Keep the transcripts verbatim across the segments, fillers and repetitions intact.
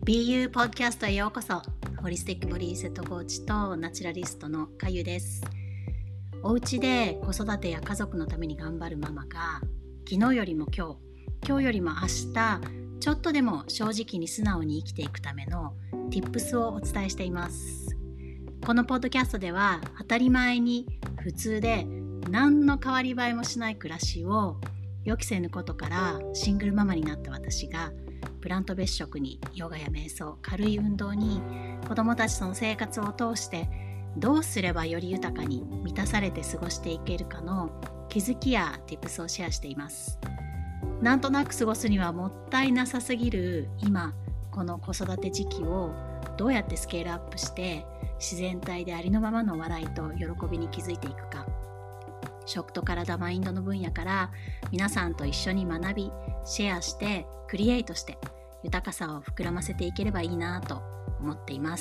ビーユー ポッドキャストへようこそ。ホリスティックボディセットコーチとナチュラリストのかゆです。お家で子育てや家族のために頑張るママが、昨日よりも今日、今日よりも明日、ちょっとでも正直に素直に生きていくための Tips をお伝えしています。このポッドキャストでは、当たり前に普通で何の変わり映えもしない暮らしを予期せぬことからシングルママになった私が、プラント別食にヨガや瞑想、軽い運動に子どもたちとの生活を通してどうすればより豊かに満たされて過ごしていけるかの気づきや Tips をシェアしています。なんとなく過ごすにはもったいなさすぎる今この子育て時期をどうやってスケールアップして自然体でありのままの笑いと喜びに気づいていくか、食と体マインドの分野から皆さんと一緒に学びシェアしてクリエイトして豊かさを膨らませていければいいなと思っています。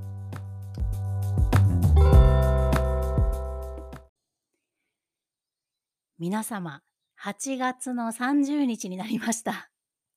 皆様、はちがつのさんじゅうにちになりました。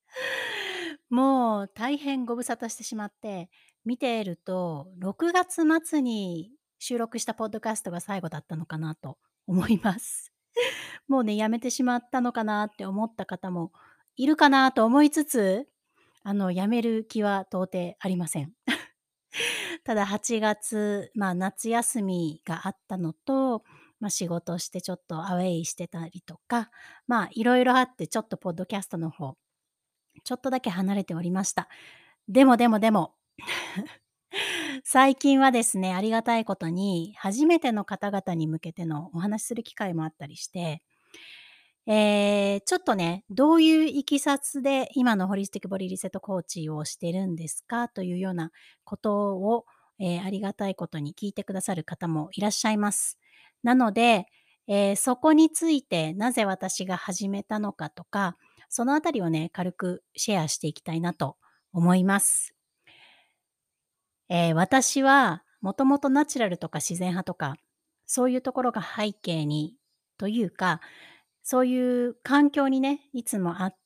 もう大変ご無沙汰してしまって、見ているとろくがつ末に収録したポッドキャストが最後だったのかなと思います。もうね、やめてしまったのかなって思った方もいるかなと思いつつ、あの、やめる気は到底ありません。ただはちがつ、まあ夏休みがあったのと、まあ仕事してちょっとアウェイしてたりとか、まあいろいろあってちょっとポッドキャストの方、ちょっとだけ離れておりました。でもでもでも、最近はですね、ありがたいことに初めての方々に向けてのお話しする機会もあったりして、えー、ちょっとね、どういういきさつで今のホリスティックボディリセットコーチをしてるんですかというようなことを、えーありがたいことに聞いてくださる方もいらっしゃいます。なので、えーそこについてなぜ私が始めたのかとか、そのあたりをね、軽くシェアしていきたいなと思います。えー私はもともとナチュラルとか自然派とか、そういうところが背景にというか、そういう環境にね、いつもあって、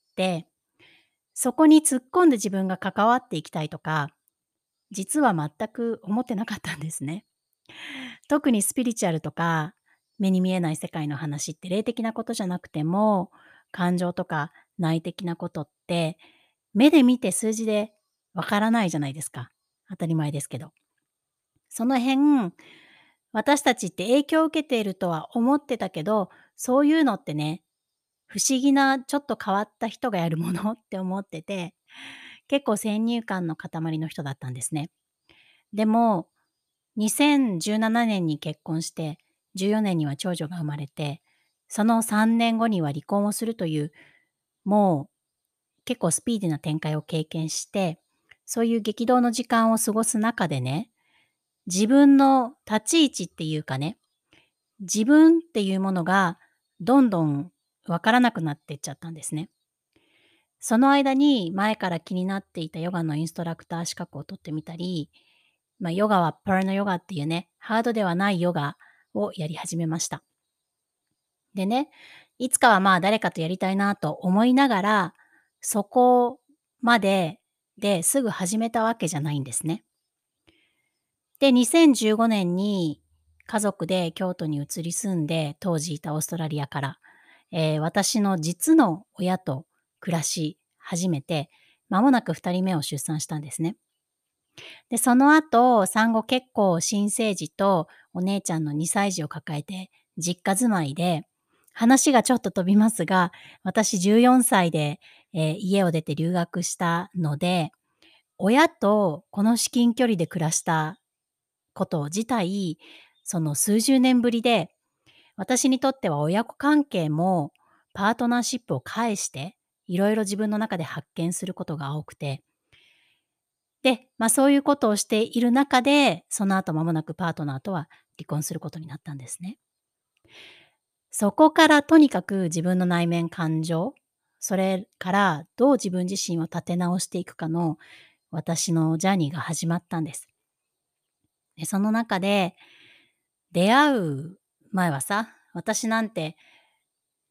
そこに突っ込んで自分が関わっていきたいとか、実は全く思ってなかったんですね。特にスピリチュアルとか、目に見えない世界の話って霊的なことじゃなくても、感情とか内的なことって、目で見て数字でわからないじゃないですか。当たり前ですけど。その辺、私たちって影響を受けているとは思ってたけど、そういうのってね、不思議なちょっと変わった人がやるものって思ってて、結構先入観の塊の人だったんですね。でも、にせんじゅうななねんに結婚して、じゅうよねんには長女が生まれて、そのさんねんごには離婚をするという、もう結構スピーディーな展開を経験して、そういう激動の時間を過ごす中でね、自分の立ち位置っていうかね、自分っていうものがどんどんわからなくなっていっちゃったんですね。その間に前から気になっていたヨガのインストラクター資格を取ってみたり、まあ、ヨガはパラのヨガっていうね、ハードではないヨガをやり始めました。でね、いつかはまあ誰かとやりたいなと思いながら、そこまでですぐ始めたわけじゃないんですね。で、にせんじゅうごねんに家族で京都に移り住んで、当時いたオーストラリアから、えー私の実の親と暮らし始めて、間もなくふたりめを出産したんですね。で、その後、産後結構新生児とお姉ちゃんのにさい児を抱えて実家住まいで、話がちょっと飛びますが、私じゅうよんさいで、えー家を出て留学したので、親とこの至近距離で暮らしたこと自体、その数十年ぶりで、私にとっては親子関係もパートナーシップを介して、いろいろ自分の中で発見することが多くて、で、まあそういうことをしている中で、その後間もなくパートナーとは離婚することになったんですね。そこからとにかく自分の内面感情、それからどう自分自身を立て直していくかの私のジャーニーが始まったんです。で、その中で出会う前はさ、私なんて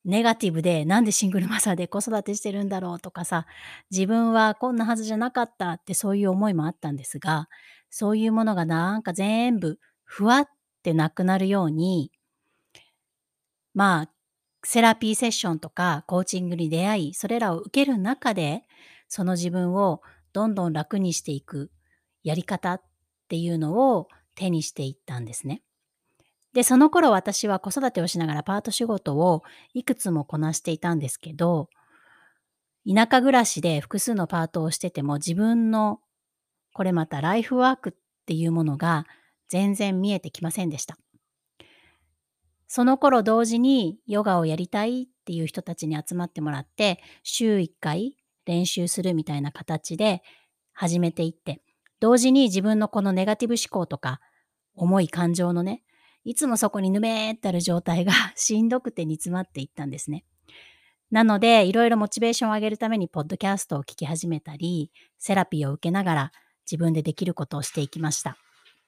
ネガティブで、なんでシングルマザーで子育てしてるんだろうとかさ、自分はこんなはずじゃなかったってそういう思いもあったんですが、そういうものがなんか全部ふわってなくなるように、まあ、セラピーセッションとかコーチングに出会い、それらを受ける中で、その自分をどんどん楽にしていくやり方っていうのを手にしていったんですね。で、その頃私は子育てをしながらパート仕事をいくつもこなしていたんですけど、田舎暮らしで複数のパートをしてても自分のこれまたライフワークっていうものが全然見えてきませんでした。その頃同時にヨガをやりたいっていう人たちに集まってもらって、週いっかい練習するみたいな形で始めていって、同時に自分のこのネガティブ思考とか重い感情のね、いつもそこにぬめーってある状態がしんどくて煮詰まっていったんですね。なので、いろいろモチベーションを上げるためにポッドキャストを聞き始めたり、セラピーを受けながら自分でできることをしていきました。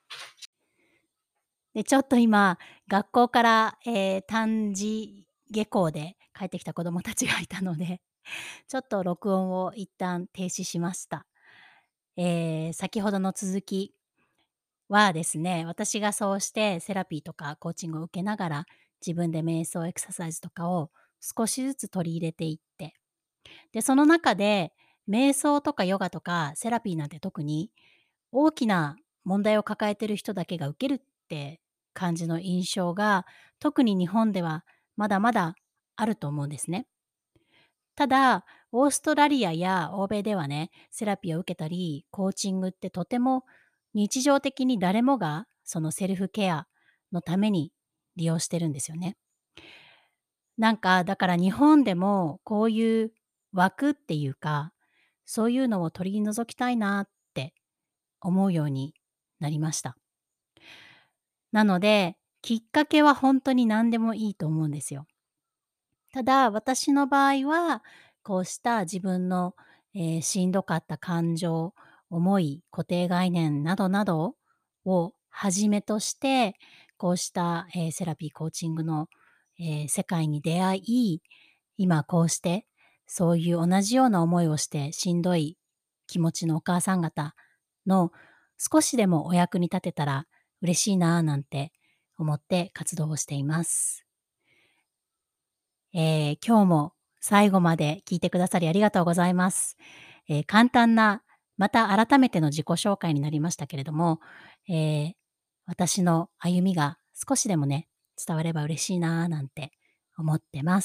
で、ちょっと今、学校から、えー短時下校で帰ってきた子供たちがいたので、ちょっと録音を一旦停止しました。えー先ほどの続きはですね、私がそうしてセラピーとかコーチングを受けながら、自分で瞑想エクササイズとかを少しずつ取り入れていって、で、その中で瞑想とかヨガとかセラピーなんて特に大きな問題を抱えてる人だけが受けるって感じの印象が、特に日本ではまだまだあると思うんですね。ただ、オーストラリアや欧米ではね、セラピーを受けたり、コーチングってとても日常的に誰もがそのセルフケアのために利用してるんですよね。なんか、だから日本でもこういう枠っていうか、そういうのを取り除きたいなって思うようになりました。なので、きっかけは本当に何でもいいと思うんですよ。ただ、私の場合は、こうした自分の、えーしんどかった感情、思い、固定概念などなどをはじめとして、こうした、えーセラピー、コーチングの、えー世界に出会い、今こうして、そういう同じような思いをしてしんどい気持ちのお母さん方の少しでもお役に立てたら嬉しいなぁなんて思って活動をしています。えー今日も最後まで聞いてくださりありがとうございます。えー簡単な、また改めての自己紹介になりましたけれども、えー私の歩みが少しでもね、伝われば嬉しいなぁなんて思ってます。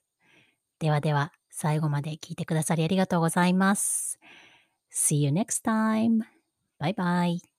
ではでは、最後まで聞いてくださりありがとうございます。See you next time. Bye bye.